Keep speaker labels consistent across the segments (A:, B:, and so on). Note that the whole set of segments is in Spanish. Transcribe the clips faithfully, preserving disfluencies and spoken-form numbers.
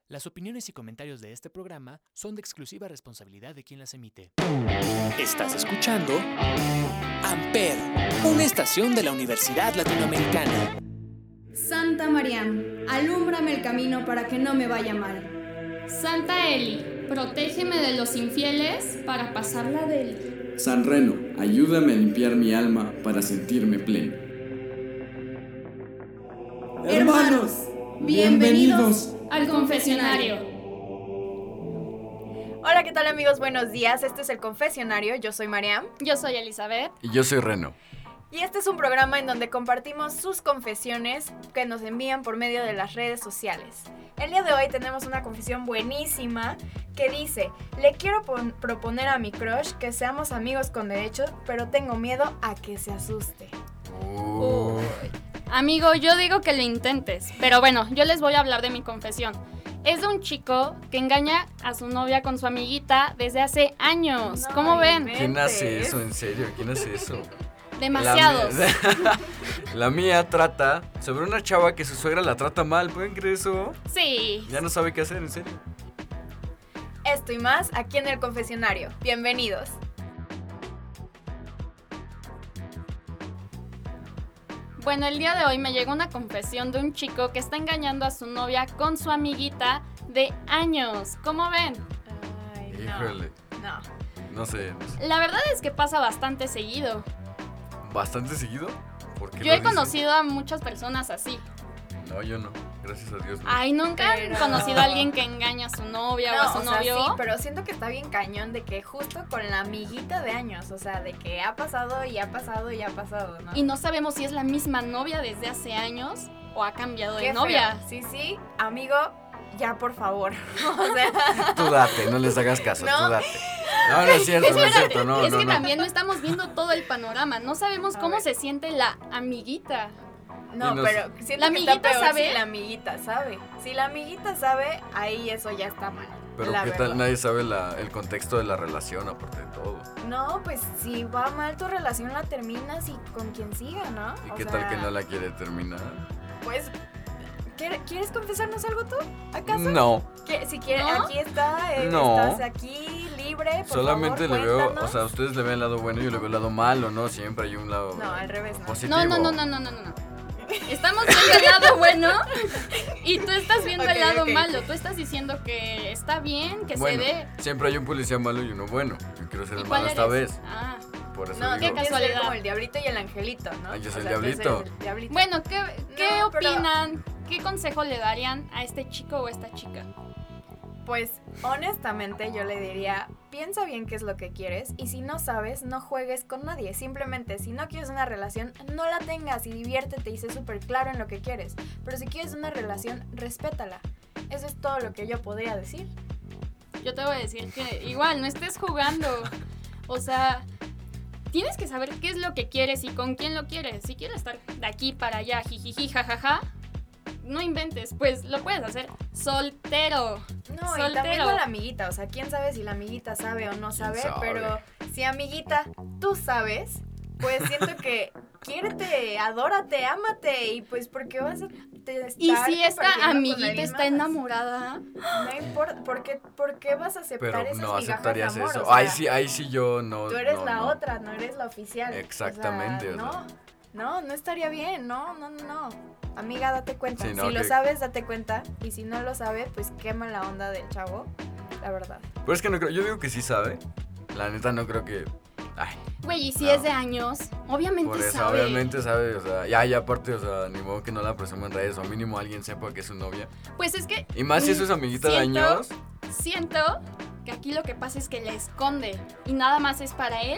A: Las opiniones y comentarios de este programa son de exclusiva responsabilidad de quien las emite. Estás escuchando Amper, una estación de la Universidad Latinoamericana.
B: Santa Mariam, alúmbrame el camino para que no me vaya mal.
C: Santa Eli, protégeme de los infieles para pasarla de él.
D: San Reno, ayúdame a limpiar mi alma para sentirme pleno.
B: Hermanos, bienvenidos
C: al confesionario.
E: Hola, ¿qué tal amigos? Buenos días, este es el confesionario, yo soy Mariam.
C: Yo soy Elizabeth.
F: Y yo soy Reno.
E: Y este es un programa en donde compartimos sus confesiones que nos envían por medio de las redes sociales. El día de hoy tenemos una confesión buenísima que dice: le quiero pon- proponer a mi crush que seamos amigos con derechos, pero tengo miedo a que se asuste.
F: Uh.
C: Amigo, yo digo que lo intentes, pero bueno, yo les voy a hablar de mi confesión. Es de un chico que engaña a su novia con su amiguita desde hace años.
E: No
C: ¿Cómo ven?
E: inventes.
F: ¿Quién hace eso? ¿En serio? ¿Quién hace eso?
C: Demasiados.
F: La mía, la mía trata sobre una chava que su suegra la trata mal. ¿Pueden creer eso?
C: Sí.
F: Ya no sabe qué hacer, en serio.
E: Esto y más aquí en el confesionario. Bienvenidos.
C: Bueno, el día de hoy me llegó una confesión de un chico que está engañando a su novia con su amiguita de años. ¿Cómo ven?
E: Ay, no.
F: Híjole.
E: No.
F: No sé, no sé.
C: La verdad es que pasa bastante seguido.
F: ¿Bastante seguido? ¿Por qué
C: Yo
F: lo
C: he
F: dices?
C: conocido a muchas personas así.
F: No, yo no. Gracias a Dios no.
C: Ay, ¿nunca
E: Pero-
C: han conocido a alguien que engaña a su novia o a su
E: No, o sea,
C: novio?
E: sí, pero siento que está bien cañón de que justo con la amiguita de años, o sea, de que ha pasado y ha pasado y ha pasado, ¿no?
C: Y no sabemos si es la misma novia desde hace años o ha cambiado
E: Qué
C: de novia.
E: feo. Sí, sí, amigo, ya por favor. O sea,
F: Tú date, no les hagas caso,
E: No.
F: tú date. No, no es cierto, no es
C: Espérate,
F: cierto, no,
C: es
F: no,
C: que
F: no.
C: también no estamos viendo todo el panorama. No sabemos
E: A
C: cómo
E: ver.
C: se siente la amiguita.
E: no,
F: Y nos-
E: pero siento
C: ¿La
E: que está
C: amiguita
E: peor
C: sabe?
E: si la amiguita sabe. Si la amiguita sabe, ahí eso ya está mal.
F: Pero
E: la
F: qué
E: verdad.
F: tal, nadie sabe la, el contexto de la relación, aparte de todo.
E: No, pues si va mal tu relación la terminas y con quien siga, ¿no?
F: ¿Y
E: O
F: qué
E: sea,
F: tal que no la quiere terminar?
E: Pues, ¿quiere- ¿quieres confesarnos algo tú? ¿Acaso?
F: No.
E: Que si quieres,
C: ¿No?
E: aquí está, eh,
F: No.
E: estás aquí libre, por
F: Solamente
E: favor,
F: le veo,
E: cuéntanos.
F: o sea, ustedes le ven el lado bueno y yo le veo el lado malo, ¿no? Siempre hay un lado
E: No, al revés, no.
F: positivo.
C: No, no, no, no, no, no, no. Estamos viendo el lado bueno y tú estás viendo
E: Ok,
C: el lado
E: ok.
C: malo. Tú estás diciendo que está bien, que
F: Bueno,
C: se dé.
F: siempre hay un policía malo y uno bueno. Yo quiero ser
C: ¿Y
F: el
C: cuál
F: malo esta
C: eres?
F: vez.
C: Ah.
F: Por eso
E: No,
F: digo.
E: que quieres ser
C: casualidad.
E: como el diablito y el angelito, ¿no?
F: Ay, yo soy
E: O
F: el
E: sea, tú eres
F: diablito.
E: el diablito.
C: Bueno, ¿qué, qué
E: No, pero-
C: opinan? ¿Qué consejo le darían a este chico o a esta chica?
E: Pues, honestamente, yo le diría, piensa bien qué es lo que quieres y si no sabes, no juegues con nadie. Simplemente, si no quieres una relación, no la tengas y diviértete y sé súper claro en lo que quieres. Pero si quieres una relación, respétala. Eso es todo lo que yo podría decir.
C: Yo te voy a decir que igual, no estés jugando. O sea, tienes que saber qué es lo que quieres y con quién lo quieres. Si quieres estar de aquí para allá, jijiji, jajaja, no inventes, pues lo puedes hacer soltero.
E: No, y
C: Soltero.
E: también con la amiguita, o sea, quién sabe si la amiguita sabe o no sabe,
F: sabe?
E: pero si amiguita, tú sabes, pues siento que quiérete, adórate, ámate y pues porque vas a te
C: Y
E: estar
C: si esta
E: compartiendo con
C: amiguita
E: alguien
C: está
E: más.
C: enamorada,
E: No importa, porque ¿por qué vas a aceptar
F: Pero
E: esas
F: no
E: migajas de
F: aceptarías
E: amor?
F: eso.
E: O sea,
F: ahí sí, ahí sí yo no.
E: tú eres
F: no,
E: la
F: no.
E: otra, no eres la oficial.
F: Exactamente,
E: O sea,
F: o sea.
E: no, no, no estaría bien, no, no, no, no. Amiga, date cuenta.
F: Sí, no,
E: si lo
F: que-
E: sabes, date cuenta. Y si no lo sabe, pues quema la onda del chavo, la verdad.
F: Pero es que no creo, yo digo que sí sabe. La neta no creo que. Ay,
C: güey, y si
F: No.
C: es de años, obviamente
F: por eso,
C: sabe.
F: obviamente sabe, o sea, ya, ya aparte, o sea, ni modo que no la presuma en redes, o mínimo alguien sepa que es su novia.
C: Pues es que
F: Y más si es
C: Mm,
F: su amiguita de
C: siento-
F: años.
C: siento que aquí lo que pasa es que la esconde y nada más es para él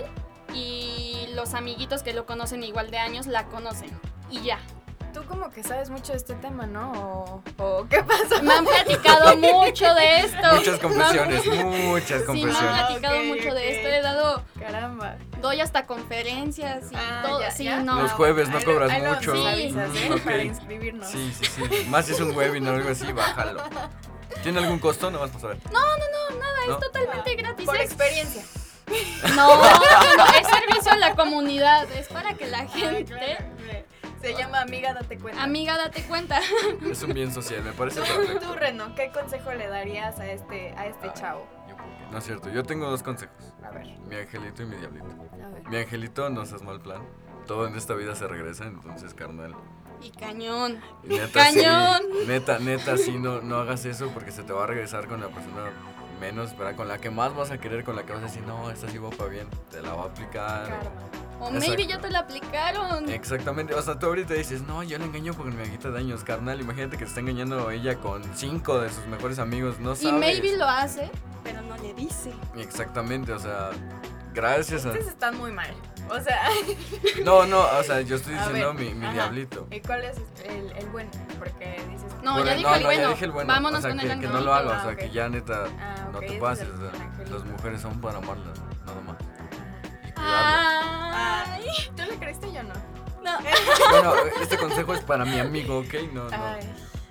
C: y los amiguitos que lo conocen igual de años la conocen y ya.
E: Tú como que sabes mucho de este tema, ¿no? ¿O, o qué pasa?
C: Me han platicado mucho de esto.
F: Muchas confesiones, muchas
C: Sí, me han
F: confesiones.
C: platicado
E: Ok,
C: mucho
E: ok.
C: de esto. He dado,
E: Caramba.
C: doy hasta conferencias y
E: Ah,
C: todo.
E: ya,
C: sí,
E: ya.
C: no.
F: Los jueves no
E: Ahí lo-
F: cobras
E: ahí lo
F: mucho.
E: nos avisas, ¿eh?
F: Mm, ok.
E: Para inscribirnos.
F: Sí, sí, sí. Más si es un webinar o algo así, bájalo. ¿Tiene algún costo? No vas a saber.
C: No, no, no, nada,
F: ¿No?
C: es totalmente gratis.
E: Por
C: Es-
E: experiencia.
C: No, no, no, es servicio a la comunidad, es para que la gente
E: Sí, Se llama Amiga, date cuenta.
C: Amiga, date cuenta.
F: Es un bien social, me parece
E: Tú,
F: perfecto.
E: tú, Reno, ¿qué consejo le darías a este, a este
F: Ay,
E: chavo?
F: yo creo que- No es cierto, yo tengo dos consejos.
E: A ver,
F: Mi angelito y mi diablito.
E: a ver.
F: Mi angelito, no seas mal plan. Todo en esta vida se regresa, entonces, carnal.
C: Y cañón.
F: Neta,
C: ¡Cañón!
F: sí, neta, neta, sí, no, no hagas eso porque se te va a regresar con la persona menos, ¿verdad? Con la que más vas a querer, con la que vas a decir, no, esta sí va para bien, te la va a aplicar.
E: Karma.
C: O
F: Exacto.
C: maybe ya te la aplicaron.
F: Exactamente, o sea, tú ahorita dices, no, yo la engaño con mi amiguita de años, carnal. Imagínate que te está engañando ella con cinco de sus mejores amigos, no
C: Y
F: sabes.
C: maybe lo hace, pero no le dice.
F: Exactamente, o sea, gracias a...
E: Ustedes están muy mal. O sea,
F: No, no, o sea, yo estoy
E: A
F: diciendo
E: ver,
F: mi, mi
E: ajá.
F: diablito.
E: ¿y cuál es el, el bueno? Porque dices.
C: No,
F: Por
C: ya
F: el-
C: dijo el
F: no,
C: bueno.
F: ya dije el bueno.
C: Vámonos
F: o sea,
C: con
F: que,
C: el
F: que
C: angelito.
F: no lo hagas,
E: Ah,
F: o sea,
E: ok.
F: que ya neta
E: Ah,
F: no
E: ok,
F: te
E: ese es
F: pases.
E: el
F: o sea,
E: angelito.
F: las mujeres son para amarlas, nada más. Y cuidarlas.
C: Ay,
E: ¿Tú le creíste yo no?
C: no.
F: Bueno, este consejo es para mi amigo, ¿ok? No, no.
E: Ay.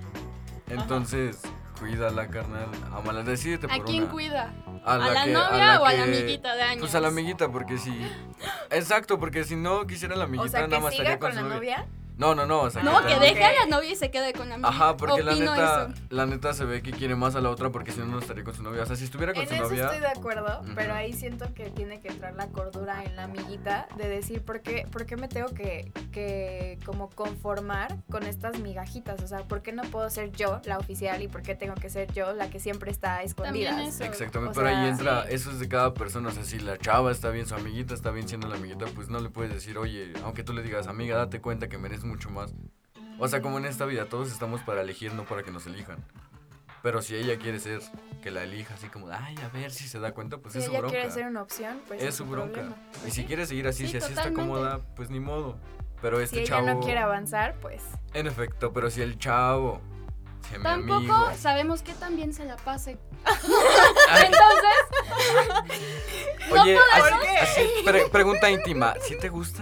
F: Entonces, cuídala, carnal. Amala, decídete por
C: ¿A quién
F: una.
C: cuida?
F: ¿A
C: ¿A la
F: que-
C: novia o a la
F: que-
C: amiguita de años?
F: Pues a la amiguita, porque si... Exacto, porque si no quisiera la amiguita,
E: O sea,
F: nada
E: que
F: más
E: siga
F: estaría
E: con
F: con
E: la
F: su novia.
E: novia.
F: No, no, no, o sea,
C: No,
F: que
C: que
E: Ah,
C: deje
E: ok.
C: a la novia y se quede con la amiga.
F: Ajá, porque la
C: Opino
F: neta,
C: eso.
F: la neta se ve que quiere más a la otra porque si no, no estaría con su novia. O sea, si estuviera con
E: En
F: su
E: eso
F: novia...
E: estoy de acuerdo,
F: Ujú.
E: pero ahí siento que tiene que entrar la cordura en la amiguita de decir por qué, por qué me tengo que, que como conformar con estas migajitas, o sea, por qué no puedo ser yo la oficial y por qué tengo que ser yo la que siempre está a escondidas.
C: También eso.
F: Exactamente,
E: O
F: pero
E: sea,
F: ahí entra,
C: sí.
F: eso es de cada persona, o sea, si la chava está bien, su amiguita está bien siendo la amiguita, pues no le puedes decir, oye, aunque tú le digas, amiga, date cuenta que mereces mucho más. O sea, como en esta vida, todos estamos para elegir, no para que nos elijan. Pero si ella quiere ser, que la elija así como, ay, a ver si se da cuenta, pues
E: Si
F: es su
E: ella
F: bronca.
E: quiere ser una opción, pues
F: es su bronca.
E: problema.
F: Y si quiere seguir así,
C: Sí,
F: si así está
C: totalmente.
F: cómoda, pues ni modo. Pero este
E: Si ella
F: chavo...
E: no quiere avanzar, pues
F: En efecto, pero si el chavo, si a mi
C: Tampoco
F: amigo...
C: sabemos que también se la pase.
F: Ay,
C: Entonces,
F: oye, así-
E: ¿Por qué?
F: así, pre- pregunta íntima, ¿sí te gusta?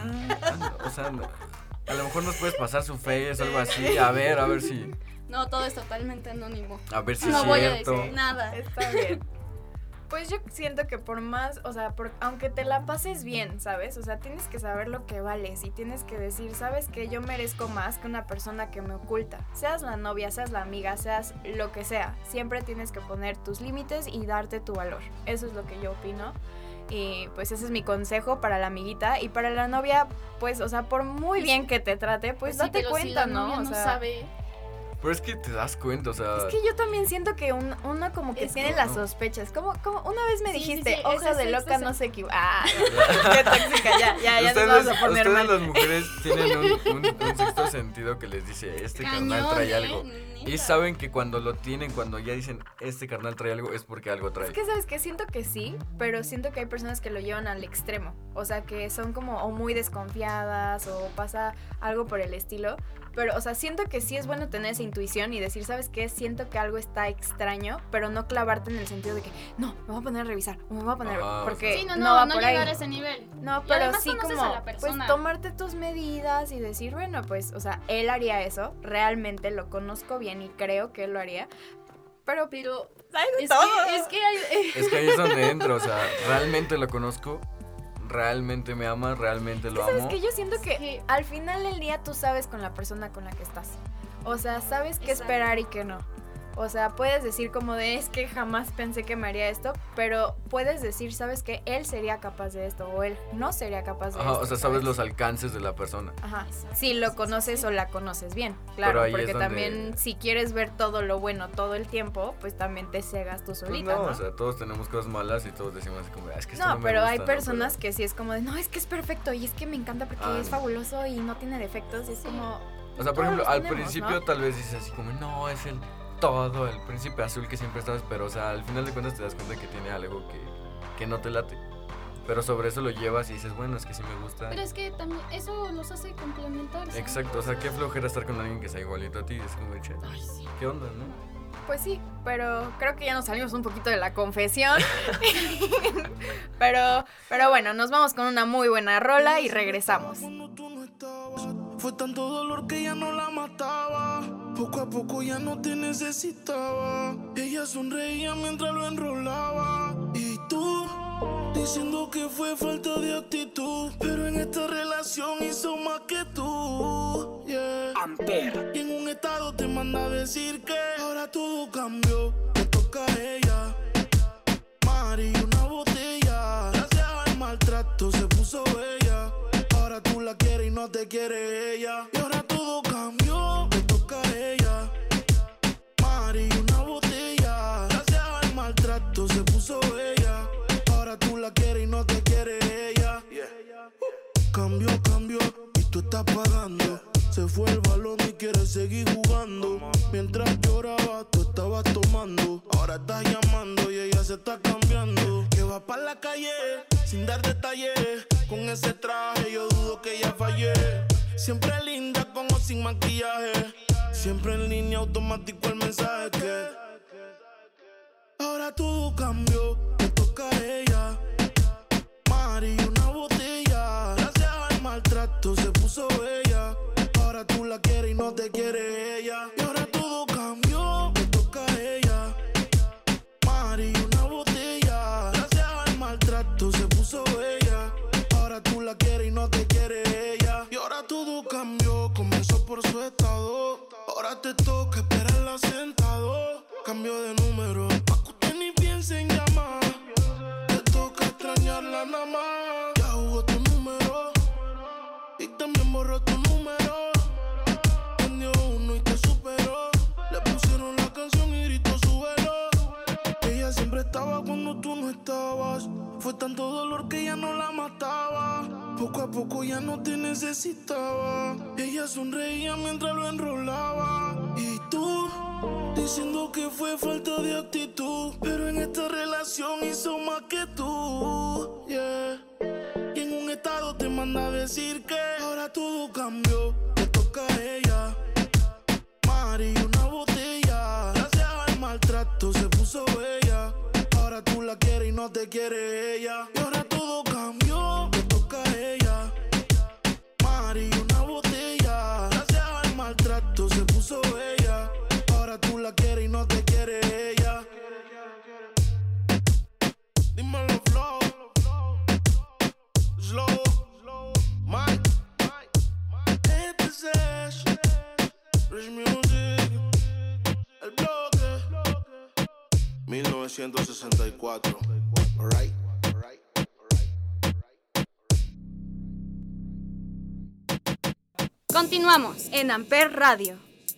F: O sea, no- a lo mejor nos puedes pasar su face o algo así, a ver, a ver si...
C: no, todo es totalmente anónimo.
F: A ver si
C: No
F: es
C: voy a
F: cierto.
C: decir nada.
E: está bien. Pues yo siento que por más, o sea, por, aunque te la pases bien, ¿sabes? O sea, tienes que saber lo que vales y tienes que decir, ¿sabes qué? Yo merezco más que una persona que me oculta. Seas la novia, seas la amiga, seas lo que sea. Siempre tienes que poner tus límites y darte tu valor. Eso es lo que yo opino. Y pues ese es mi consejo para la amiguita. Y para la novia, pues, o sea, por muy bien que te trate, pues
C: Sí,
E: date
C: pero si
E: cuenta,
C: la
E: ¿no?
C: novia
E: O
C: no
E: sea,
C: sabe.
F: Pero es que te das cuenta, o sea...
E: es que yo también siento que un- uno como que
C: Es
E: tiene
F: que
E: las
F: no.
E: sospechas. Como, como una vez me
C: Sí, sí,
E: dijiste,
C: sí,
E: hoja
C: ese
E: de
C: sí,
E: loca
C: ese
E: no
C: sí.
E: se equivoca. Ah, qué tóxica, ya, ya, ya nos
F: ustedes,
E: vamos a poner
F: ustedes
E: mal.
F: las mujeres tienen un, un- un sexto sentido que les dice, este carnal
C: Cañón,
F: trae
C: ¿eh?
F: algo. Y
C: Neta.
F: saben que cuando lo tienen, cuando ya dicen, este carnal trae algo, es porque algo trae.
E: Es que, ¿sabes qué? Siento que sí, pero siento que hay personas que lo llevan al extremo. O sea, que son como o muy desconfiadas o pasa algo por el estilo. Pero, o sea, siento que sí es bueno tener esa intuición y decir, ¿sabes qué? Siento que algo está extraño, pero no clavarte en el sentido de que, no, me voy a poner a revisar o me voy a poner...
F: Ajá, o
E: porque
C: Sí, no,
E: no,
C: no,
E: va
C: no
E: por
C: llegar
E: ahí.
C: a ese nivel.
E: No,
C: Y
E: pero
C: además
E: sí
C: conoces
E: como,
C: a la
E: pues
C: persona.
E: tomarte tus medidas y decir, bueno, pues, o sea, él haría eso, realmente lo conozco bien y creo que él lo haría, pero,
C: Pero
E: ¿sabes de
C: es
E: todo?
C: que, es que hay- eh,
F: Es que ahí es donde entro, o sea, realmente lo conozco, realmente me ama, realmente lo
E: ¿Sabes
F: amo.
E: que yo siento que
C: que-
E: al final del día tú sabes con la persona con la que estás? O sea, sabes qué
C: Exacto.
E: esperar y qué no. O sea, puedes decir como de, es que jamás pensé que me haría esto, pero puedes decir, ¿sabes qué? Él sería capaz de esto o él no sería capaz de
F: Ajá,
E: esto.
F: o sea, sabes los alcances de la persona.
E: Ajá,
C: Exacto,
E: si lo
C: sí, sí,
E: conoces
C: sí.
E: o la conoces bien,
F: Pero
E: claro,
F: ahí
E: porque
F: es donde-
E: también si quieres ver todo lo bueno todo el tiempo, pues también te cegas tú
F: Pues
E: solita,
F: no,
E: ¿no?
F: o sea, todos tenemos cosas malas y todos decimos así como, "Ah, es que esto
E: No,
F: no, me
E: pero
F: gusta",
E: hay
F: ¿no?
E: personas
F: Pero-
E: que sí es como de, no, es que es perfecto y es que me encanta porque
F: Ah,
E: es
F: no.
E: fabuloso y no tiene defectos, y es
C: Sí.
E: como...
F: O sea, por
E: todos
F: ejemplo,
E: los
F: al
E: tenemos,
F: principio
E: ¿no?
F: tal vez dices así como, no, es el todo, el príncipe azul que siempre estabas, pero o sea, al final de cuentas te das cuenta que tiene algo que, que no te late. Pero sobre eso lo llevas y dices, bueno, es que sí me gusta.
C: Pero es que también eso los hace complementarse.
F: Exacto, o sea, qué flojera estar con alguien que sea igualito a ti. Es como, che,
C: Ay, sí.
F: ¿qué onda, no?
E: Pues sí, pero creo que ya nos salimos un poquito de la confesión. pero, pero bueno, nos vamos con una muy buena rola y regresamos.
G: Cuando tú no estabas, fue tanto dolor que ya no la mataba. Poco a poco ya no te necesitaba. Ella sonreía mientras lo enrolaba. Y tú diciendo que fue falta de actitud, pero en esta relación hizo más que tú. Yeah.
A: Amper.
G: Y en un estado te manda a decir que ahora todo cambió, te toca a ella. Mari, una botella, gracias al maltrato se puso bella. Ahora tú la quieres y no te quiere ella. Y ahora todo cambió, te toca a ella. Mari, una botella, gracias al maltrato se puso bella. Ahora tú la quieres y no te quiere ella. Yeah. Cambió, cambió y tú estás pagando. Se fue el balón y quiere seguir jugando. Mientras lloraba, tú estabas tomando. Ahora estás llamando y ella se está cambiando. Que va pa' la calle sin dar detalles. Con ese traje yo dudo que ella fallé. Siempre linda con o sin maquillaje. Siempre en línea automático el mensaje que ahora todo cambió, te toca a ella. Mari, una botella, gracias al maltrato se puso bella. Ahora tú la quieres y no te quiere ella. Y ahora todo cambió, te toca a ella. Mari, una botella, gracias al maltrato se puso bella. Ahora tú la quieres y no te quiere ella. Y ahora todo cambió, comenzó por su estado. Ahora te toca esperarla sentado. Cambio de número, pa' que usted ni piense en llamar. Te toca extrañarla nada más. Ya jugó tu número y también borró tu número. Prendió uno y te superó. Le pusieron la canción y gritó súbelo. Ella siempre estaba cuando tú no estabas. Fue tanto dolor que ya no la mataba. Poco a poco ya no te necesitaba. Ella sonreía mientras lo enrolaba. Y tú diciendo que fue falta de actitud, pero en esta relación hizo más que tú. Yeah. Y en un estado te manda a decir que ahora todo cambió, te toca a ella. Mari, una botella, gracias al maltrato se puso bella. Ahora tú la quieres y no te quiere ella. Y ahora todo cambió, te toca a ella. Mari, una botella, gracias al maltrato se puso bella. Ahora tú la quieres y no te quiere ella. Dímelo flow, slow, Mike. Este es Rich Music, el bloque. mil novecientos sesenta y cuatro. Alright.
C: Continuamos.
E: En Amper Radio.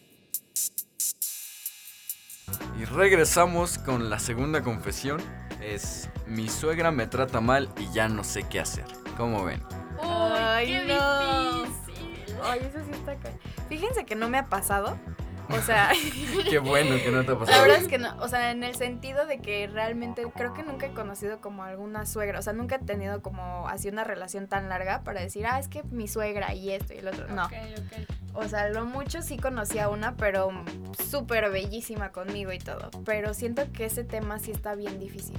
F: Y regresamos con la segunda confesión. Es: mi suegra me trata mal y ya no sé qué hacer. ¿Cómo ven?
C: Uy,
E: Ay,
C: qué
E: no.
C: difícil.
E: Ay, eso sí está ca- Fíjense que no me ha pasado. O sea,
F: Qué bueno que no te ha
E: la
F: pasado.
E: verdad es que no, o sea, en el sentido de que realmente creo que nunca he conocido como alguna suegra, o sea, nunca he tenido como así una relación tan larga para decir, ah, es que mi suegra y esto y el otro, no.
C: Ok, ok.
E: O sea, lo mucho sí conocí a una, pero súper bellísima conmigo y todo, pero siento que ese tema sí está bien difícil.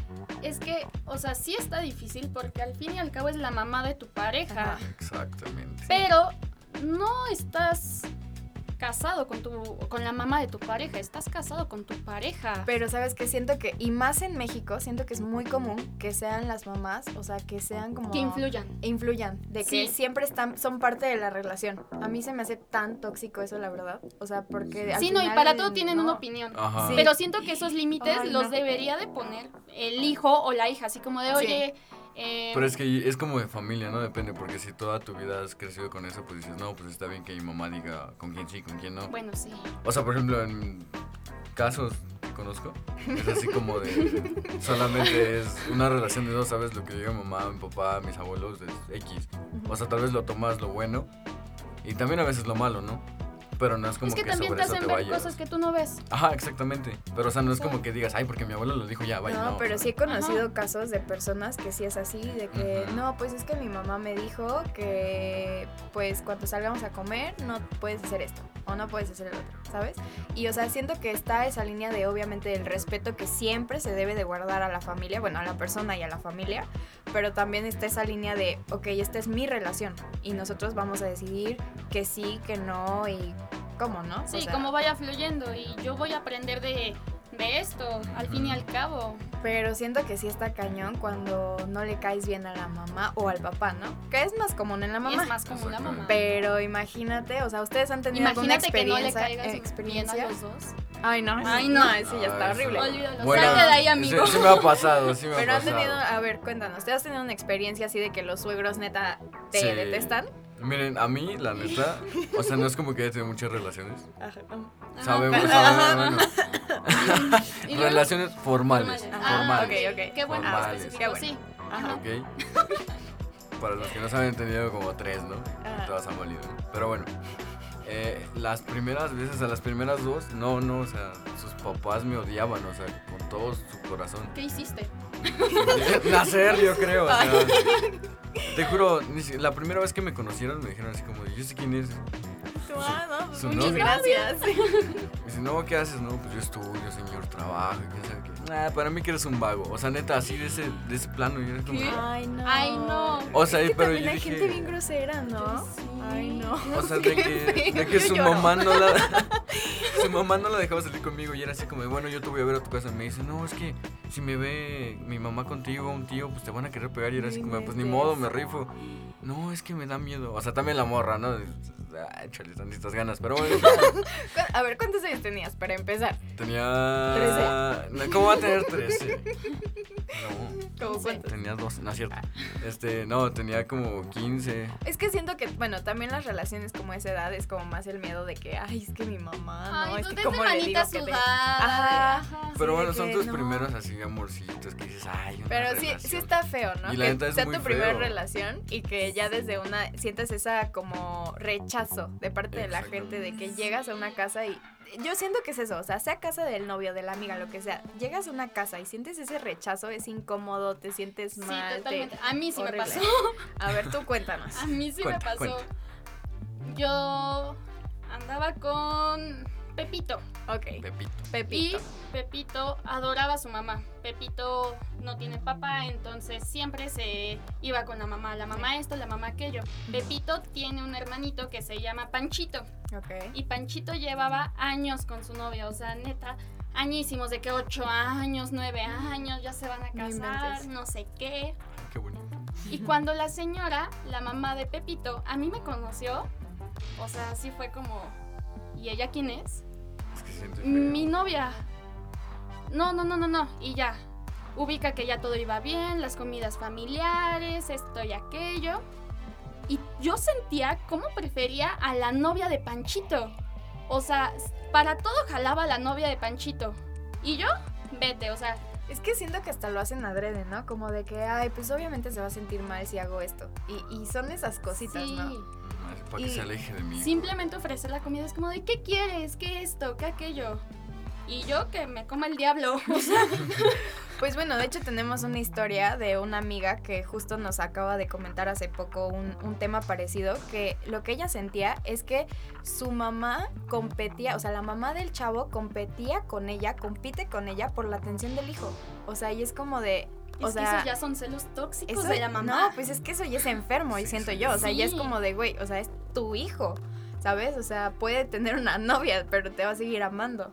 C: Es que, o sea, sí está difícil porque al fin y al cabo es la mamá de tu pareja.
E: Ajá.
F: Exactamente.
C: Pero no estás casado con tu con la mamá de tu pareja, estás casado con tu pareja.
E: Pero sabes que siento que, y más en México, siento que es muy común que sean las mamás, o sea, que sean como...
C: Que influyan.
E: Influyan, de que
C: Sí.
E: siempre están, son parte de la relación. A mí se me hace tan tóxico eso, la verdad. O sea, porque al
C: Sí, no, y
E: final,
C: para todo tienen
E: no.
C: una opinión.
F: Ajá.
E: Sí.
C: Pero siento que esos límites
E: Ay,
C: los
E: no.
C: debería de poner el hijo o la hija, así como de, oye... Eh,
F: Pero es que es como de familia, ¿no? Depende, porque si toda tu vida has crecido con eso, pues dices, no, pues está bien que mi mamá diga con quién sí, con quién no.
C: bueno, sí.
F: O sea, por ejemplo, en casos que conozco, es así como de, solamente es una relación de dos, ¿sabes? Lo que diga mamá, mi papá, mis abuelos, es X. O sea, tal vez lo tomas lo bueno y también a veces lo malo, ¿no? Pero no es como
C: Es que,
F: que,
C: también
F: sobre
C: te
F: eso
C: hacen
F: te
C: ver
F: vayas.
C: cosas que tú no ves.
F: Ajá, exactamente. Pero, o sea, no es como que digas, ay, porque mi abuelo lo dijo ya, vaya,
E: No,
F: no.
E: pero sí he conocido
C: Ajá.
E: casos de personas que sí es así, de que,
F: Ujú.
E: no, pues es que mi mamá me dijo que, pues, cuando salgamos a comer, no puedes hacer esto, o no puedes hacer el otro, ¿sabes? Y, o sea, siento que está esa línea de, obviamente, el respeto que siempre se debe de guardar a la familia, bueno, a la persona y a la familia, pero también está esa línea de, ok, esta es mi relación, y nosotros vamos a decidir que sí, que no, y cómo, ¿no?
C: Sí,
E: O sea,
C: como vaya fluyendo y yo voy a aprender de, de esto, al fin y al cabo.
E: Pero siento que sí está cañón cuando no le caes bien a la mamá o al papá, ¿no? Que es más común en la mamá.
C: Es más común la mamá.
E: Pero imagínate, o sea, ¿ustedes han tenido alguna
C: Imagínate que no le
E: experiencia?
C: caigas
E: experiencia?
C: bien a los dos.
E: Ay, no.
C: Ay, no.
E: No, ese ya está
F: Ah,
E: horrible.
F: eso-
C: Olvídalo,
F: Bueno,
C: salte de ahí, amigo.
F: Sí, sí me ha pasado, sí me
E: Pero
F: ha
E: han
F: pasado.
E: tenido, a ver, cuéntanos, ¿te has tenido una experiencia así de que los suegros neta te
F: Sí.
E: detestan?
F: Miren, a mí, la neta, o sea, no es como que haya tenido muchas relaciones.
E: Ajá.
F: Sabemos,
E: Ajá.
F: sabemos, bueno.
C: Y luego-
F: Relaciones formales.
C: Formales.
E: Ah,
F: Formales.
E: ok, ok.
C: Qué bueno,
F: Formales.
C: específico,
E: Qué bueno.
C: sí.
E: Ajá.
F: Ok. Para los que no saben, he tenido como tres, ¿no?
E: Ajá.
F: Todas han valido. Pero bueno, eh, las primeras veces, a las primeras dos, no, no, o sea, sus papás me odiaban, o sea, con todo su corazón.
C: ¿Qué hiciste?
F: Nacer, yo creo, o sea. Te juro, ni si- la primera vez que me conocieron me dijeron así como, yo sé quién es.
E: Tú, ah, no, pues
F: su
E: muchas
F: novio.
E: gracias.
F: Me dice, no, ¿qué haces? No, pues yo estudio, señor, trabajo, y quién sabe qué. Ah, para mí que eres un vago. O sea, neta, así de ese, de ese plano. Y eres como,
C: ¿Qué?
E: Ay, no.
C: Ay, no.
F: o sea,
E: Es que
F: pero
E: también
F: yo
E: hay
F: dije,
E: gente bien grosera, ¿no?
C: Sí.
E: Ay, no.
F: o sea, de que, de que
E: Yo
F: su
E: lloro.
F: mamá no la su mamá no la dejaba salir conmigo y era así como, bueno, yo te voy a ver a tu casa. Y me dice, no, es que si me ve mi mamá contigo, un tío, pues te van a querer pegar. Y era así como, pues ni modo, me rifo. No, es que me da miedo. O sea, también la morra, ¿no? Ah, échale tantitas ganas, pero bueno.
E: A ver, ¿cuántos años tenías para empezar?
F: Tenía...
E: ¿trece?
F: ¿Cómo va a tener trece? No.
E: ¿Cómo cuántos?
F: Tenía dos, no es cierto. Este, no, tenía como quince.
E: Es que siento que, bueno, también las relaciones como esa edad es como más el miedo de que, ay, es que mi mamá, no,
C: Ay,
E: es
C: tú
E: que
C: te
E: como le digo
C: manita
E: que te...
C: sudada.
E: Ajá.
C: Ajá.
F: Pero
E: Sí,
F: bueno,
E: de
F: son
E: que
F: tus
E: no.
F: primeros así amorcitos que dices, ay, una
E: Pero sí,
F: relación.
E: sí está feo, ¿no?
F: Y la
E: que
F: neta es
E: sea
F: muy
E: tu primera
F: feo.
E: relación y que ya desde una sientas esa como rechazo de parte de la gente de que llegas a una casa y yo siento que es eso, o sea, sea casa del novio, de la amiga, lo que sea, llegas a una casa y sientes ese rechazo, es incómodo, te sientes
C: Sí,
E: mal. te-
C: totalmente. A mí sí
E: horrible.
C: me pasó.
E: A ver, tú cuéntanos.
C: A mí sí
F: Cuenta,
C: me pasó.
F: cuenta.
C: Yo andaba con Pepito.
E: Ok,
F: Pepito.
E: Pepito.
C: Y Pepito adoraba a su mamá. Pepito no tiene papá, entonces siempre se iba con la mamá. La mamá esto, la mamá aquello. Pepito tiene un hermanito que se llama Panchito.
E: Ok.
C: Y Panchito llevaba años con su novia, o sea, neta, añísimos, de que ocho años, nueve años, ya se van a
E: No
C: casar,
E: inventes.
C: no sé qué.
F: Qué bonito.
C: Y cuando la señora, la mamá de Pepito, a mí me conoció, o sea, sí fue como, ¿y ella quién es?
F: Es que se siente feo.
C: Mi novia. No, no, no, no, no. Y ya. Ubica que ya todo iba bien, las comidas familiares, esto y aquello. Y yo sentía cómo prefería a la novia de Panchito. O sea, para todo jalaba a la novia de Panchito. Y yo, vete, o sea,
E: Es que siento que hasta lo hacen adrede, ¿no? Como de que, ay, pues obviamente se va a sentir mal si hago esto. Y, y son esas cositas,
C: sí.
E: ¿no?
F: Para que
E: Y-
F: se aleje de mí.
C: Simplemente ofrecer la comida es como de, ¿qué quieres? ¿Qué esto? ¿Qué aquello? Y yo que me coma el diablo. O sea,
E: Pues bueno, de hecho tenemos una historia de una amiga que justo nos acaba de comentar hace poco un, un tema parecido, que lo que ella sentía es que su mamá competía, o sea, la mamá del chavo competía con ella, compite con ella por la atención del hijo. O sea, y es como de... O
C: es que
E: sea,
C: esos ya son celos tóxicos
E: eso-
C: de la mamá.
E: No, pues es que eso ya es enfermo, y
F: Sí,
E: siento
F: sí.
E: yo. O sea, ya es
C: Sí.
E: como de, güey, o sea, es tu hijo, ¿sabes? O sea, puede tener una novia, pero te va a seguir amando.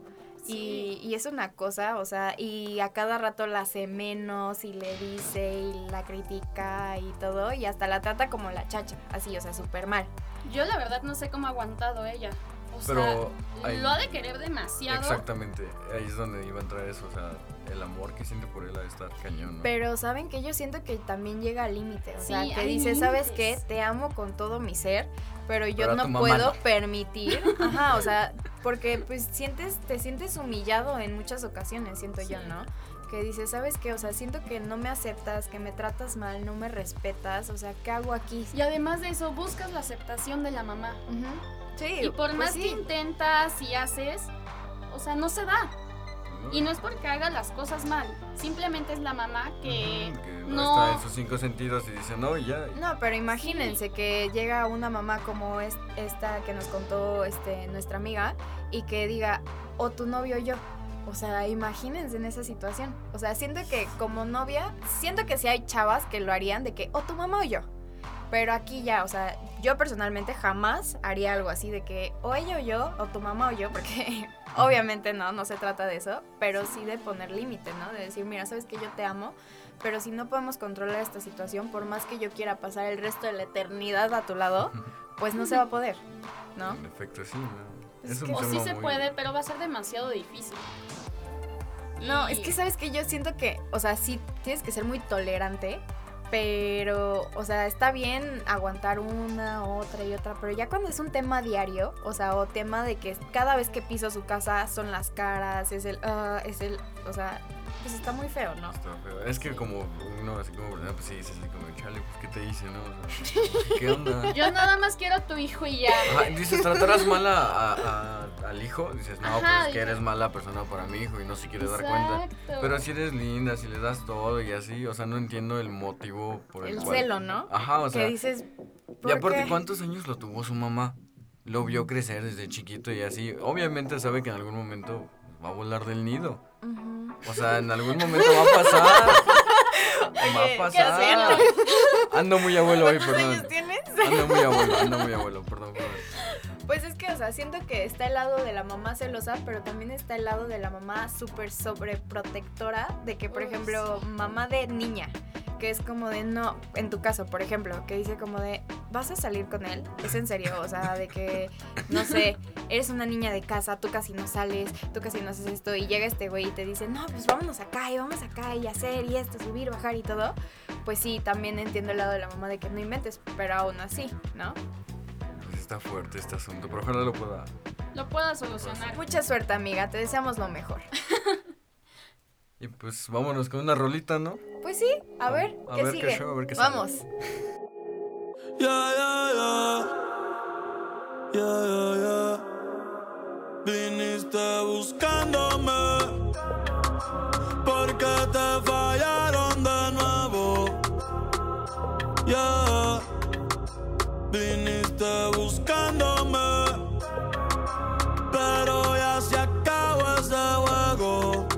E: Y, y es una cosa, o sea, y a cada rato la hace menos y le dice y la critica y todo, y hasta la trata como la chacha, así, o sea, súper mal.
C: Yo la verdad no sé cómo ha aguantado ella. O
F: Pero
C: sea,
F: ahí-
C: lo ha de querer demasiado.
F: Exactamente. Ahí es donde iba a entrar eso. O sea, el amor que siente por él ha de estar cañón, ¿no?
E: Pero saben que yo siento que también llega al límite, o
C: Sí,
E: sea, que
C: hay
E: dice, ¿sabes qué?
C: límites.
E: Te amo con todo mi ser, pero yo
F: Pero a
E: no
F: tu mamá
E: puedo
F: no.
E: permitir, ajá, o sea, porque pues sientes, te sientes humillado en muchas ocasiones, siento yo,
C: Sí.
E: ¿no? Que dices, ¿sabes qué? O sea, siento que no me aceptas, que me tratas mal, no me respetas, o sea, ¿qué hago aquí?
C: Y además de eso, buscas la aceptación de la mamá.
E: Ujú. Sí,
C: Y por
E: pues
C: más
E: sí.
C: que intentas y haces, o sea, no se da.
F: ¿No?
C: Y no es porque haga las cosas mal, simplemente es la mamá que
F: Ujú, que no,
C: no...
F: está en sus cinco sentidos y dice no y ya.
E: No, pero imagínense que llega una mamá como es, esta que nos contó este, nuestra amiga y que diga, o tu novio o yo. O sea, imagínense en esa situación. O sea, siento que como novia, siento que sí hay chavas que lo harían de que, o tu mamá o yo. Pero aquí ya, o sea, yo personalmente jamás haría algo así de que o ella o yo, o tu mamá o yo, porque obviamente no, no se trata de eso, pero sí de poner límite, ¿no? De decir, mira, sabes que yo te amo, pero si no podemos controlar esta situación, por más que yo quiera pasar el resto de la eternidad a tu lado, pues no se va a poder, ¿no?
F: En efecto, sí, ¿no?
E: Es
F: Es un
E: que-
C: O
F: tema
C: sí se
F: muy-
C: puede, pero va a ser demasiado difícil.
E: No,
C: Y-
E: es que sabes que yo siento que, o sea, sí tienes que ser muy tolerante, pero, o sea, está bien aguantar una, otra y otra, pero ya cuando es un tema diario, o sea, o tema de que cada vez que piso su casa son las caras, es el, ah, es el, o sea, pues está muy feo, ¿no?
F: Está feo. Es que como uno así como, ¿verdad? Pues sí, dices así como, chale, pues ¿qué te hice, no? O sea, ¿qué onda?
C: Yo nada más quiero a tu hijo y ya.
F: Ajá, dices, ¿tratarás mal a, a- a- al hijo? Dices, no,
C: Ajá,
F: pues es que
C: dices-
F: eres mala persona para mi hijo y no se quiere dar cuenta.
C: Exacto.
F: Pero si eres linda, si le das todo y así, o sea, no entiendo el motivo por el,
E: El
F: cual...
E: celo, ¿no?
F: Ajá, o sea,
E: Que dices,
F: y
E: ¿por
F: aparte,
E: qué?
F: ¿cuántos años lo tuvo su mamá? Lo vio crecer desde chiquito y así. Obviamente sabe que en algún momento va a volar del nido.
E: Ujú.
F: O sea, en algún momento va a pasar. va
E: Oye,
F: a pasar.
E: ¿qué
F: Ando muy abuelo hoy,
E: ¿Cuántos
F: perdón.
E: años tienes?
F: Ando muy abuelo, ando muy abuelo, perdón, perdón.
E: Pues es que, o sea, siento que está el lado de la mamá celosa, pero también está el lado de la mamá súper sobreprotectora, de que, por
C: Uy,
E: ejemplo, mamá de niña, que es como de, no, en tu caso, por ejemplo, que dice como de, ¿vas a salir con él? Es en serio, o sea, de que, no sé, eres una niña de casa, tú casi no sales, tú casi no haces esto, y llega este güey y te dice, no, pues vámonos acá, y vamos acá, y hacer, y esto, subir, bajar y todo. Pues sí, también entiendo el lado de la mamá de que no inventes, pero aún así, ¿no?
F: Pues está fuerte este asunto, pero ojalá lo pueda.
C: Lo pueda solucionar.
E: Mucha suerte, amiga, te deseamos lo mejor.
F: Y pues vámonos con una rolita, ¿no?
E: Pues sí, a ver,
F: A
E: ¿qué
F: ver qué
E: sigue?
F: show, a ver qué sale.
E: Vamos.
G: Yeah, yeah, yeah. Yeah, yeah, yeah. Viniste buscándome porque te fallaron de nuevo. Yeah. Viniste buscándome, pero ya se acabó ese juego.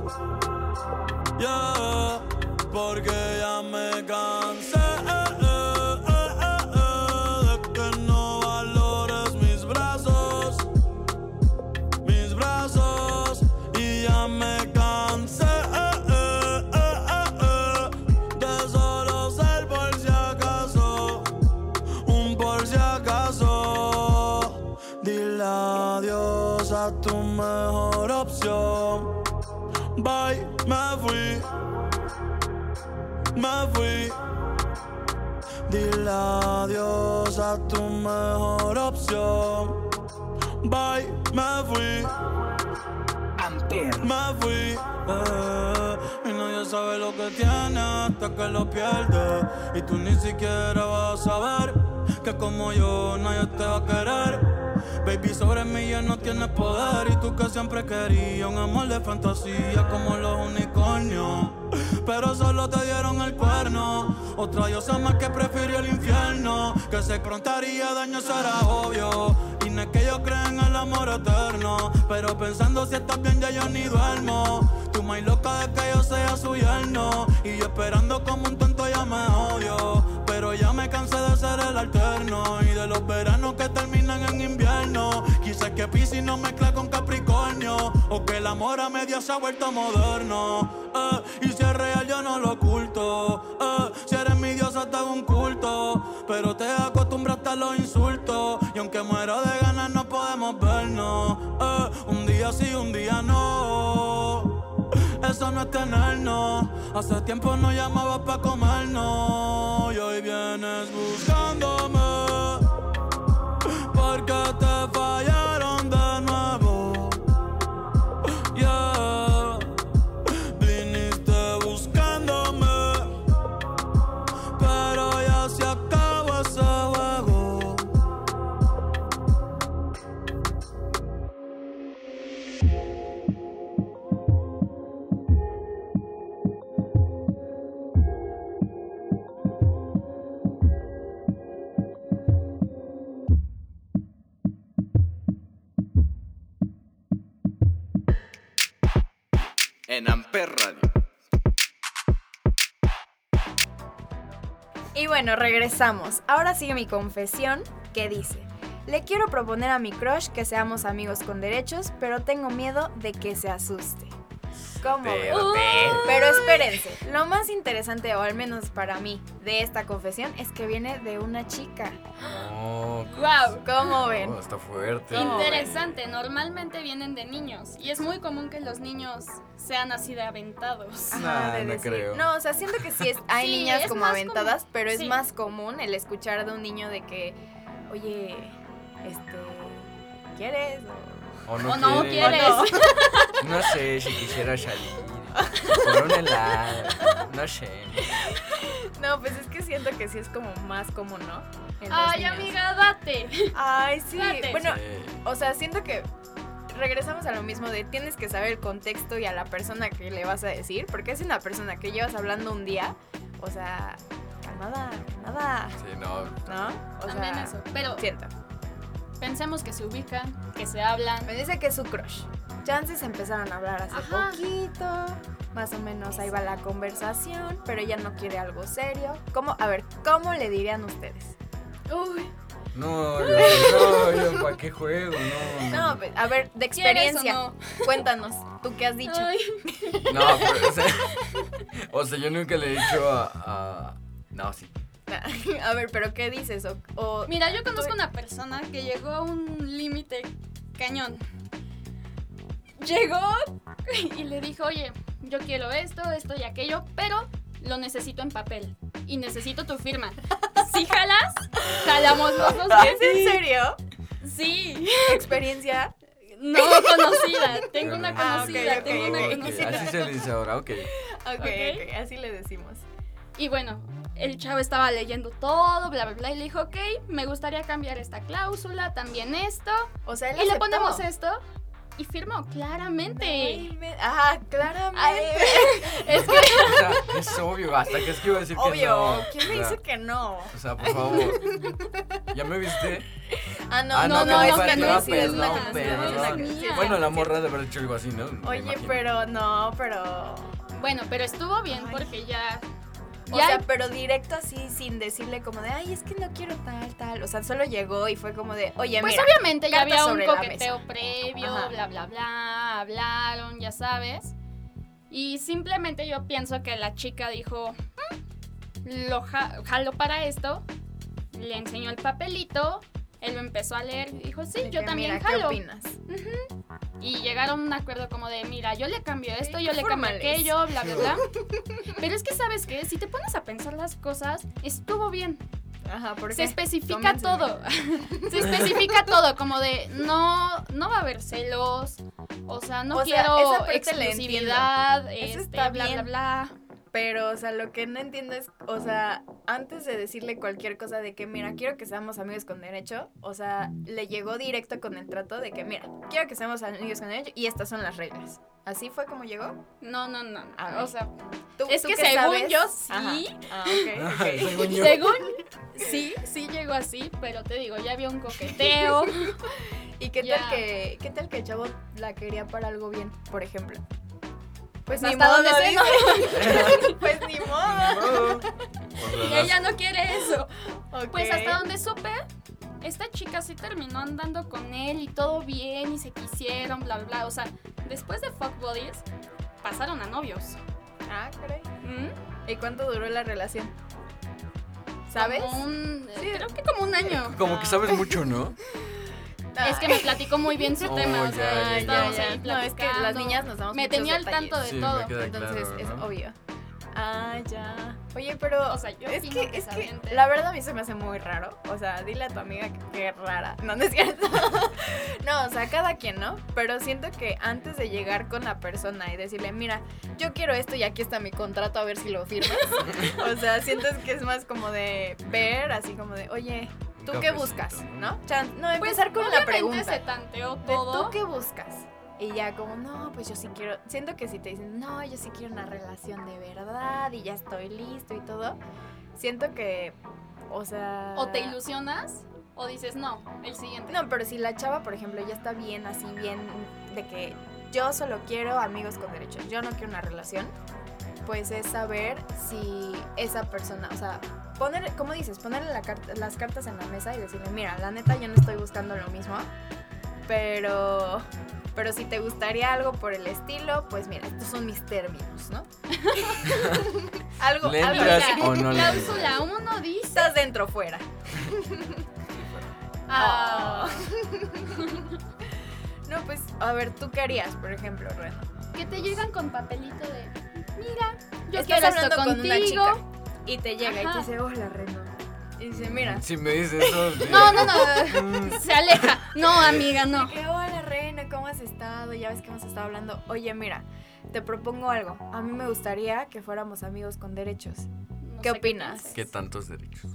G: Yeah. Porque ya me cansé de que no valores mis brazos, mis brazos. Y ya me cansé de solo ser por si acaso, un por si acaso. Dile adiós a tu mejor opción. Bye, me fui. Me fui. Dile adiós a tu mejor opción. Bye, me fui.
A: Amper.
G: Me fui. Eh, y nadie sabe lo que tiene hasta que lo pierde. Y tú ni siquiera vas a saber que como yo nadie te va a querer. Baby, sobre mí ya no tienes poder. Y tú que siempre querías un amor de fantasía como los unicornios, pero solo te dieron el cuerno. Otra diosa más que prefirió el infierno, que se prontaría daño será obvio. Y no es que yo crea en el amor eterno, pero pensando si estás bien ya yo ni duermo. Tú más loca de que yo sea su yerno, y yo esperando como un tonto ya me odio. Pero ya me cansé de ser el alterno y de los veranos que terminan en invierno. Quizás que Piscis no mezcla con Capricornio, o que el amor a media se ha vuelto moderno. Eh, y si es real yo no lo oculto. Eh, si eres mi diosa te hago un culto, pero te acostumbraste a los insultos. Y aunque muero de ganas no podemos vernos. Eh, un día sí, un día no. Eso no es tenernos. Hace tiempo no llamabas pa' comernos. Y hoy vienes buscándome porque te fallaron de nuevo. Yeah. Viniste buscándome, pero ya se acabó ese juego.
D: En Amper Radio.
E: Y bueno, regresamos. Ahora sigue mi confesión, que dice: le quiero proponer a mi crush que seamos amigos con derechos, pero tengo miedo de que se asuste. ¿Cómo ven?
F: Pero,
E: Pero espérense, lo más interesante, o al menos para mí, de esta confesión es que viene de una chica.
F: No,
C: Wow.
E: ¿Cómo ven?
F: no, está fuerte.
E: ¿Cómo
C: Interesante, normalmente vienen de niños y es muy común que los niños sean así de aventados.
F: Nah,
E: de
F: no
E: decir-
F: creo.
E: No, o sea, siento que sí es, hay
C: Sí,
E: niñas
C: es
E: como
C: más
E: aventadas,
C: común.
E: pero es
C: Sí.
E: más común el escuchar de un niño de que, oye, este, ¿quieres? O-
F: O no,
C: O no
F: quiere.
C: quieres.
F: No sé si quisiera salir. Por un helado. No sé.
E: No, pues es que siento que sí es como más común, ¿no? En los
C: Ay,
E: niños.
C: amiga, date.
E: Ay, sí.
C: Date.
E: Bueno,
F: Sí.
E: o sea, siento que regresamos a lo mismo de tienes que saber el contexto y a la persona que le vas a decir, porque es una persona que llevas hablando un día, o sea, calmada, calmada,
F: Sí, no.
E: ¿no? O
C: También
E: sea,
C: eso. Pero
E: siento.
C: pensemos que se ubican, que se hablan.
E: Me dice que es su crush. Chances empezaron a hablar hace
C: Ajá.
E: poquito, más o menos ahí va la conversación, pero ella no quiere algo serio. ¿Cómo? A ver, ¿cómo le dirían ustedes?
C: Uy,
F: No, yo, no, yo, ¿para qué juego? No.
E: No, pues, a ver, de
C: ¿quieres
E: experiencia,
C: o
E: cuéntanos, ¿tú qué has dicho?
C: Ay,
F: No, pero, o sea, o sea, yo nunca le he dicho a, a- no, sí.
E: A ver, pero ¿qué dices? O, o-
C: mira, yo conozco una persona que llegó a un límite cañón. Llegó y le dijo, oye, yo quiero esto, esto y aquello, pero lo necesito en papel y necesito tu firma. Si jalas, jalamos los dos.
E: ¿Es en serio?
C: Sí,
E: ¿Experiencia?
C: no conocida, tengo una
E: Ah, ok,
C: conocida,
E: ok,
C: tengo una
E: ok.
C: conocida.
F: Así se le dice ahora, ok.
E: Ok,
C: Ok.
E: ok, así le decimos.
C: Y bueno, el chavo estaba leyendo todo, bla, bla, bla, y le dijo, ok, me gustaría cambiar esta cláusula, también esto,
E: O sea, él
C: y le
E: aceptó.
C: ponemos esto, y firmó claramente.
E: Ay, me- Ajá, claramente.
C: Ay, es que,
F: O sea, es obvio, hasta que es que iba a decir que
E: Obvio.
F: no.
E: ¿Quién me
F: O sea,
E: dice que no?
F: O sea, por favor. ¿Ya me viste?
E: Ah, no,
F: Ah,
E: no,
C: no,
E: no,
C: no,
E: es
C: espera,
E: que no,
C: no,
E: sí, es una
F: perdón,
E: conocida, es una
F: perdón.
E: conocida.
C: Mía.
F: Bueno, la morra de haber dicho algo así, ¿no? Me
E: Oye,
F: imagino.
E: pero no, pero...
C: bueno, pero estuvo bien
E: Ay.
C: porque ya...
E: O
C: ya
E: sea, pero directo así, sin decirle como de, ay, es que no quiero tal, tal. O sea, solo llegó y fue como de, oye,
C: pues
E: mira.
C: obviamente ya
E: cartas
C: había un
E: sobre la
C: coqueteo previo,
E: Ajá.
C: bla, bla, bla, hablaron, ya sabes. Y simplemente yo pienso que la chica dijo, "Mm, lo ja- jalo para esto", le enseñó el papelito, él lo empezó a leer y dijo, sí,
E: de
C: yo
E: que,
C: también
E: mira,
C: jalo.
E: ¿qué opinas?
C: Y llegaron a un acuerdo como de, mira, yo le cambio esto, yo le cambio
E: Formales.
C: aquello, bla, bla, bla. Pero es que, ¿sabes qué? Si te pones a pensar las cosas, estuvo bien.
E: Ajá, porque
C: Se especifica
E: Convénceme.
C: todo. Se especifica todo, como de no, no va a haber celos. O sea, no
E: O sea,
C: quiero
E: esa parte la
C: exclusividad,
E: Eso
C: este,
E: está
C: bla,
E: bien.
C: bla, bla.
E: Pero, o sea, lo que no entiendo es, o sea, antes de decirle cualquier cosa de que, mira, quiero que seamos amigos con derecho, o sea, le llegó directo con el trato de que, mira, quiero que seamos amigos con derecho y estas son las reglas. ¿Así fue como llegó?
C: No, no, no.
E: A ver.
C: O sea,
E: ¿Tú,
C: es
E: tú
C: que
E: qué
C: según
E: sabes?
C: yo
E: Ajá.
C: sí.
E: Ah, ok, ok.
F: Según yo.
C: Según, sí, sí llegó así, pero te digo, ya había un coqueteo.
E: ¿Y qué
C: Ya.
E: tal que qué tal que el chavo la quería para algo bien, por ejemplo? Pues
C: Hasta
E: ni modo,
C: donde sé,
E: dice. Pues ni modo.
F: O sea,
C: Y
F: las-
C: ella no quiere eso.
E: Ok.
C: Pues hasta donde supe, esta chica sí terminó andando con él y todo bien y se quisieron, bla, bla, bla. O sea, después de Fuck Buddies, pasaron a novios.
E: Ah, caray.
C: ¿Mm?
E: ¿Y cuánto duró la relación? ¿Sabes?
C: Como un-
E: Sí.
C: Creo que como un año.
F: Como que sabes mucho, ¿no?
C: Es que me platicó muy bien su
F: Oh,
C: tema, o
F: ya,
C: sea,
F: ya, ya.
C: estábamos
E: ya.
C: ahí
E: No, es que las
C: platicando.
E: niñas nos damos
C: Me
E: muchos
C: tenía al
E: detalles.
C: tanto de
F: Sí, me
C: todo.
F: queda
E: Entonces
F: claro,
E: es
F: ¿no?
E: obvio. Ah, ya. Oye, pero
C: O sea, yo
E: es
C: opino
E: que,
C: que
E: es
C: se
E: que
C: aviente.
E: la verdad a mí se me hace muy raro. O sea, dile a tu amiga que qué rara. No, no es cierto. No, o sea, cada quien, ¿no? Pero siento que antes de llegar con la persona y decirle, mira, yo quiero esto y aquí está mi contrato, a ver si lo firmas. O sea, siento que es más como de ver, así como de, oye, ¿tú
F: Un
E: qué
F: cafecito,
E: buscas?
F: ¿no?
E: ¿No? Chan- no,
C: Pues,
E: empezar con la
C: obviamente
E: pregunta.
C: se tanteó
E: De
C: todo.
E: tú qué buscas. Y ya como, no, pues yo sí quiero, siento que si te dicen, no, yo sí quiero una relación de verdad y ya estoy listo y todo, siento que, o sea...
C: O te ilusionas o dices, no, el siguiente.
E: No, pero si la chava, por ejemplo, ya está bien, así bien, de que yo solo quiero amigos con derechos, yo no quiero una relación, pues es saber si esa persona, o sea, poner, como dices, ponerle la carta, las cartas en la mesa y decirle, mira, la neta yo no estoy buscando lo mismo, pero, pero si te gustaría algo por el estilo, pues mira, estos son mis términos, ¿no? algo,
F: ¿Le
E: algo
F: entras
E: así.
F: o no le entras?
C: Cláusula uno dice.
E: Estás dentro o fuera.
C: Ah,
E: No, pues, a ver, ¿tú qué harías, por ejemplo, Ren?
C: que te llegan con papelito de, mira, yo
E: Estás
C: quiero esto
E: hablando con una
C: contigo.
E: chica y te llega
C: Ajá.
E: y te dice, hola, Ren. Y dice, mira.
F: Si me dices eso... sí.
C: No, no, no, se aleja. No, amiga, no.
E: Que, hola, Reina, ¿cómo has estado? Ya ves que hemos estado hablando. Oye, mira, te propongo algo. A mí me gustaría que fuéramos amigos con derechos.
C: No
E: ¿Qué
C: sé
E: opinas?
C: piensas.
F: ¿Qué tantos derechos?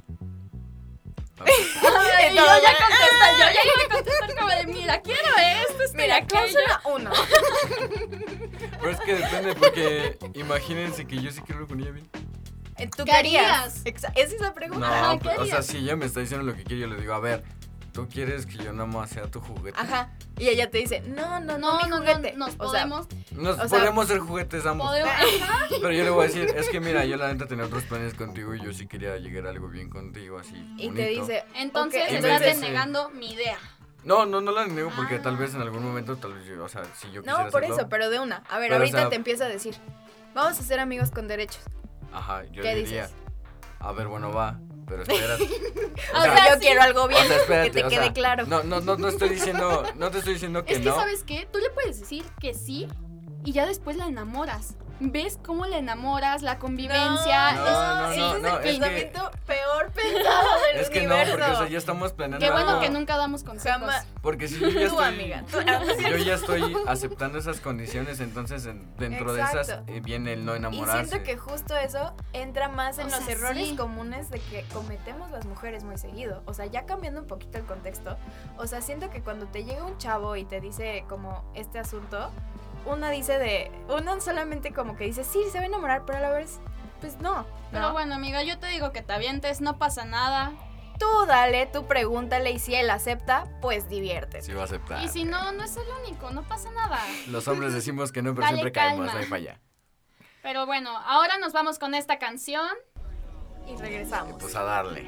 C: Ay, yo ya contesté, yo ya iba a contestar como de, mira, quiero esto, esto y
E: Mira,
C: aquello.
E: cláusula uno.
F: Pero es que depende, porque imagínense que yo sí quiero con ella bien.
E: ¿Tú
C: ¿Qué
E: qué harías?
C: harías?
E: Exa- Esa es la pregunta.
F: No,
C: Ajá, ¿qué
F: pues, o sea,
C: harías?
F: si ella me está diciendo lo que quiere, yo le digo, a ver, ¿tú quieres que yo nada más sea tu juguete?
E: Ajá. Y ella te dice, no, no, no,
C: No,
E: mi
C: no, no,
E: juguete.
C: nos
E: O sea,
C: podemos,
F: Nos
E: o sea,
F: podemos ser juguetes ambos.
C: podemos, ajá.
F: Pero yo le voy a decir, es que mira, yo la neta tenía otros planes contigo y yo sí quería llegar a algo bien contigo, así.
E: y
F: bonito.
E: te dice,
C: Entonces
E: ok,
C: estás
F: entonces-
C: denegando mi idea.
F: No, no, no la niego porque
E: Ah.
F: tal vez en algún momento, tal vez yo, o sea, si yo quisiera
E: no, por
F: hacerlo,
E: eso, pero de una. A ver,
F: Pero, o
E: ahorita
F: sea-
E: te empiezo a decir, vamos a ser amigos con derechos.
F: Ajá, yo
E: ¿Qué
F: diría,
E: dices?
F: a ver, bueno, va, pero espérate.
E: O
C: O
E: sea,
C: sea,
E: yo
C: sí.
E: quiero algo bien,
F: O sea, espérate,
E: que te
F: o
E: quede
F: sea,
E: claro.
F: No, no, no, no estoy diciendo, no te estoy diciendo que
C: Es que,
F: no.
C: ¿sabes qué? Tú le puedes decir que sí y ya después la enamoras. ¿Ves cómo la enamoras? La convivencia.
F: No,
C: es-
F: no,
E: ese
F: no,
E: es el
F: es que-
E: pensamiento peor pensado del
F: Es que no,
E: universo.
F: porque o sea, ya estamos planeando
C: Qué bueno
F: algo.
C: que nunca damos consejos.
E: Jamás.
F: Porque si yo ya
E: Tú,
F: estoy,
E: amiga, tú.
F: si yo ya estoy aceptando esas condiciones, entonces en- dentro de esas
E: Exacto.
F: eh, viene el no
E: Y
F: enamorarse.
E: siento que justo eso entra más en
C: O
E: los
C: sea,
E: errores
C: sí.
E: comunes de que cometemos las mujeres muy seguido. O sea, ya cambiando un poquito el contexto, o sea, siento que cuando te llega un chavo y te dice como este asunto, una dice de, una solamente como que dice, sí, se va a enamorar, pero a la vez, pues no.
C: Pero
E: ¿no?
C: bueno, amiga, yo te digo que te avientes, no pasa nada.
E: Tú dale, tú pregúntale y si él acepta, pues diviértete.
F: Sí va a aceptar.
C: Y si no, no es el único, no pasa nada.
F: Los hombres decimos que no, pero
C: Dale
F: siempre caemos,
C: calma.
F: ahí falla.
C: Pero bueno, ahora nos vamos con esta canción.
E: Y regresamos.
F: Pues a darle.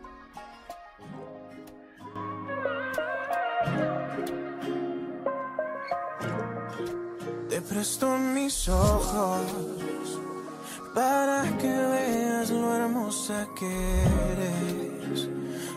G: Te presto mis ojos para que veas lo hermosa que eres.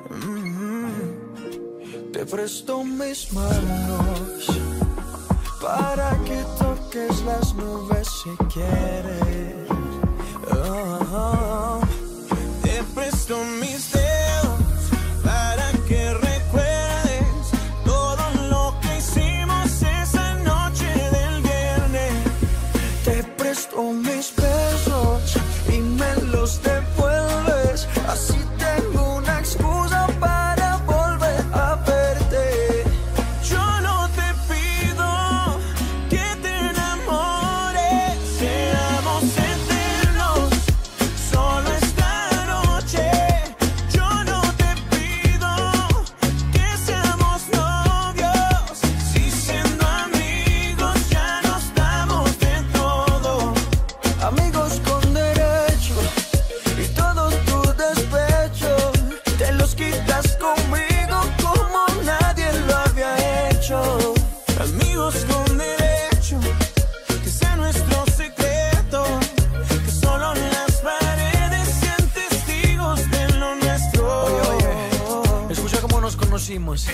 G: Mm. Te presto mis manos para que toques las nubes si quieres. Oh, oh. Te presto mis dedos para que recuerdes todo lo que hicimos esa noche del viernes. Te presto mis besos y me los devuelves. Así tengo una excusa para volver a verte. Yo no te pido que te enamores, seamos eternos, solo esta noche. Yo no te pido que seamos novios, si siendo amigos ya nos damos de todo. Amigos con derecho y todos tus despechos te los quitas conmigo como nadie lo había hecho. Amigos con derecho, que sea nuestro secreto, que solo las paredes sean testigos de lo nuestro. Oye, oye, escucha cómo nos conocimos.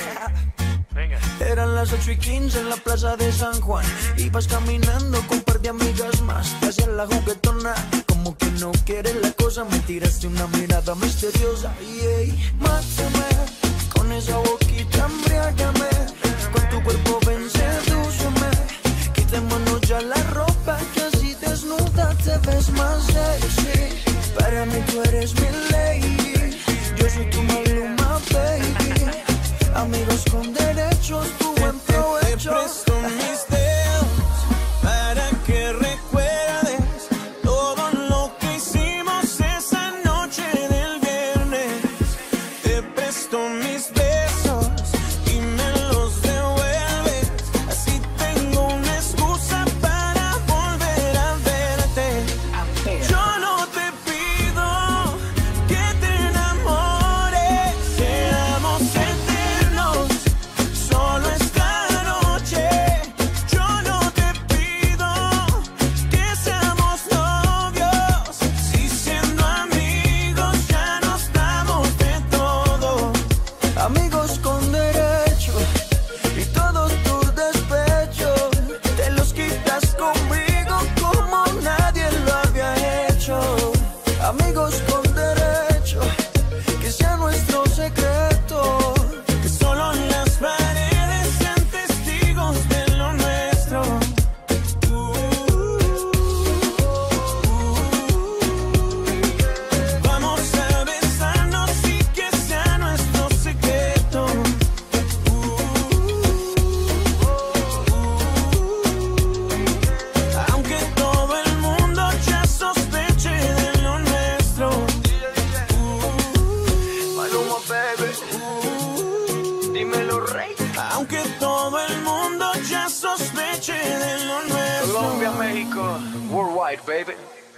G: Eran las ocho y quince en la plaza de San Juan. Ibas caminando con un par de amigas más. Te hacías la juguetona, como que no quieres la cosa. Me tiraste una mirada misteriosa. Yeah. Mátame, con esa boquita embriágame. Con tu cuerpo ven, sedúceme. Quitémonos ya la ropa, que así desnuda te ves más sexy. Para mí tú eres mi lady, yo soy tu Maluma, baby. Amigos con derechos, tu buen provecho. Te presto mis dedos para que recuerdes todo lo que hicimos esa noche del viernes. Te presto mis besos y me los devuelves. Así tengo una excusa para volver a verte. Yo no te pido que te
H: Worldwide, baby.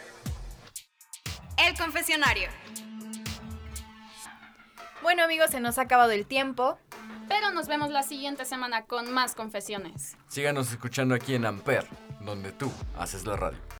B: El confesionario.
E: Bueno, amigos, se nos ha acabado el tiempo.
C: Pero nos vemos la siguiente semana con más confesiones.
F: Síganos escuchando aquí en Amper, donde tú haces la radio.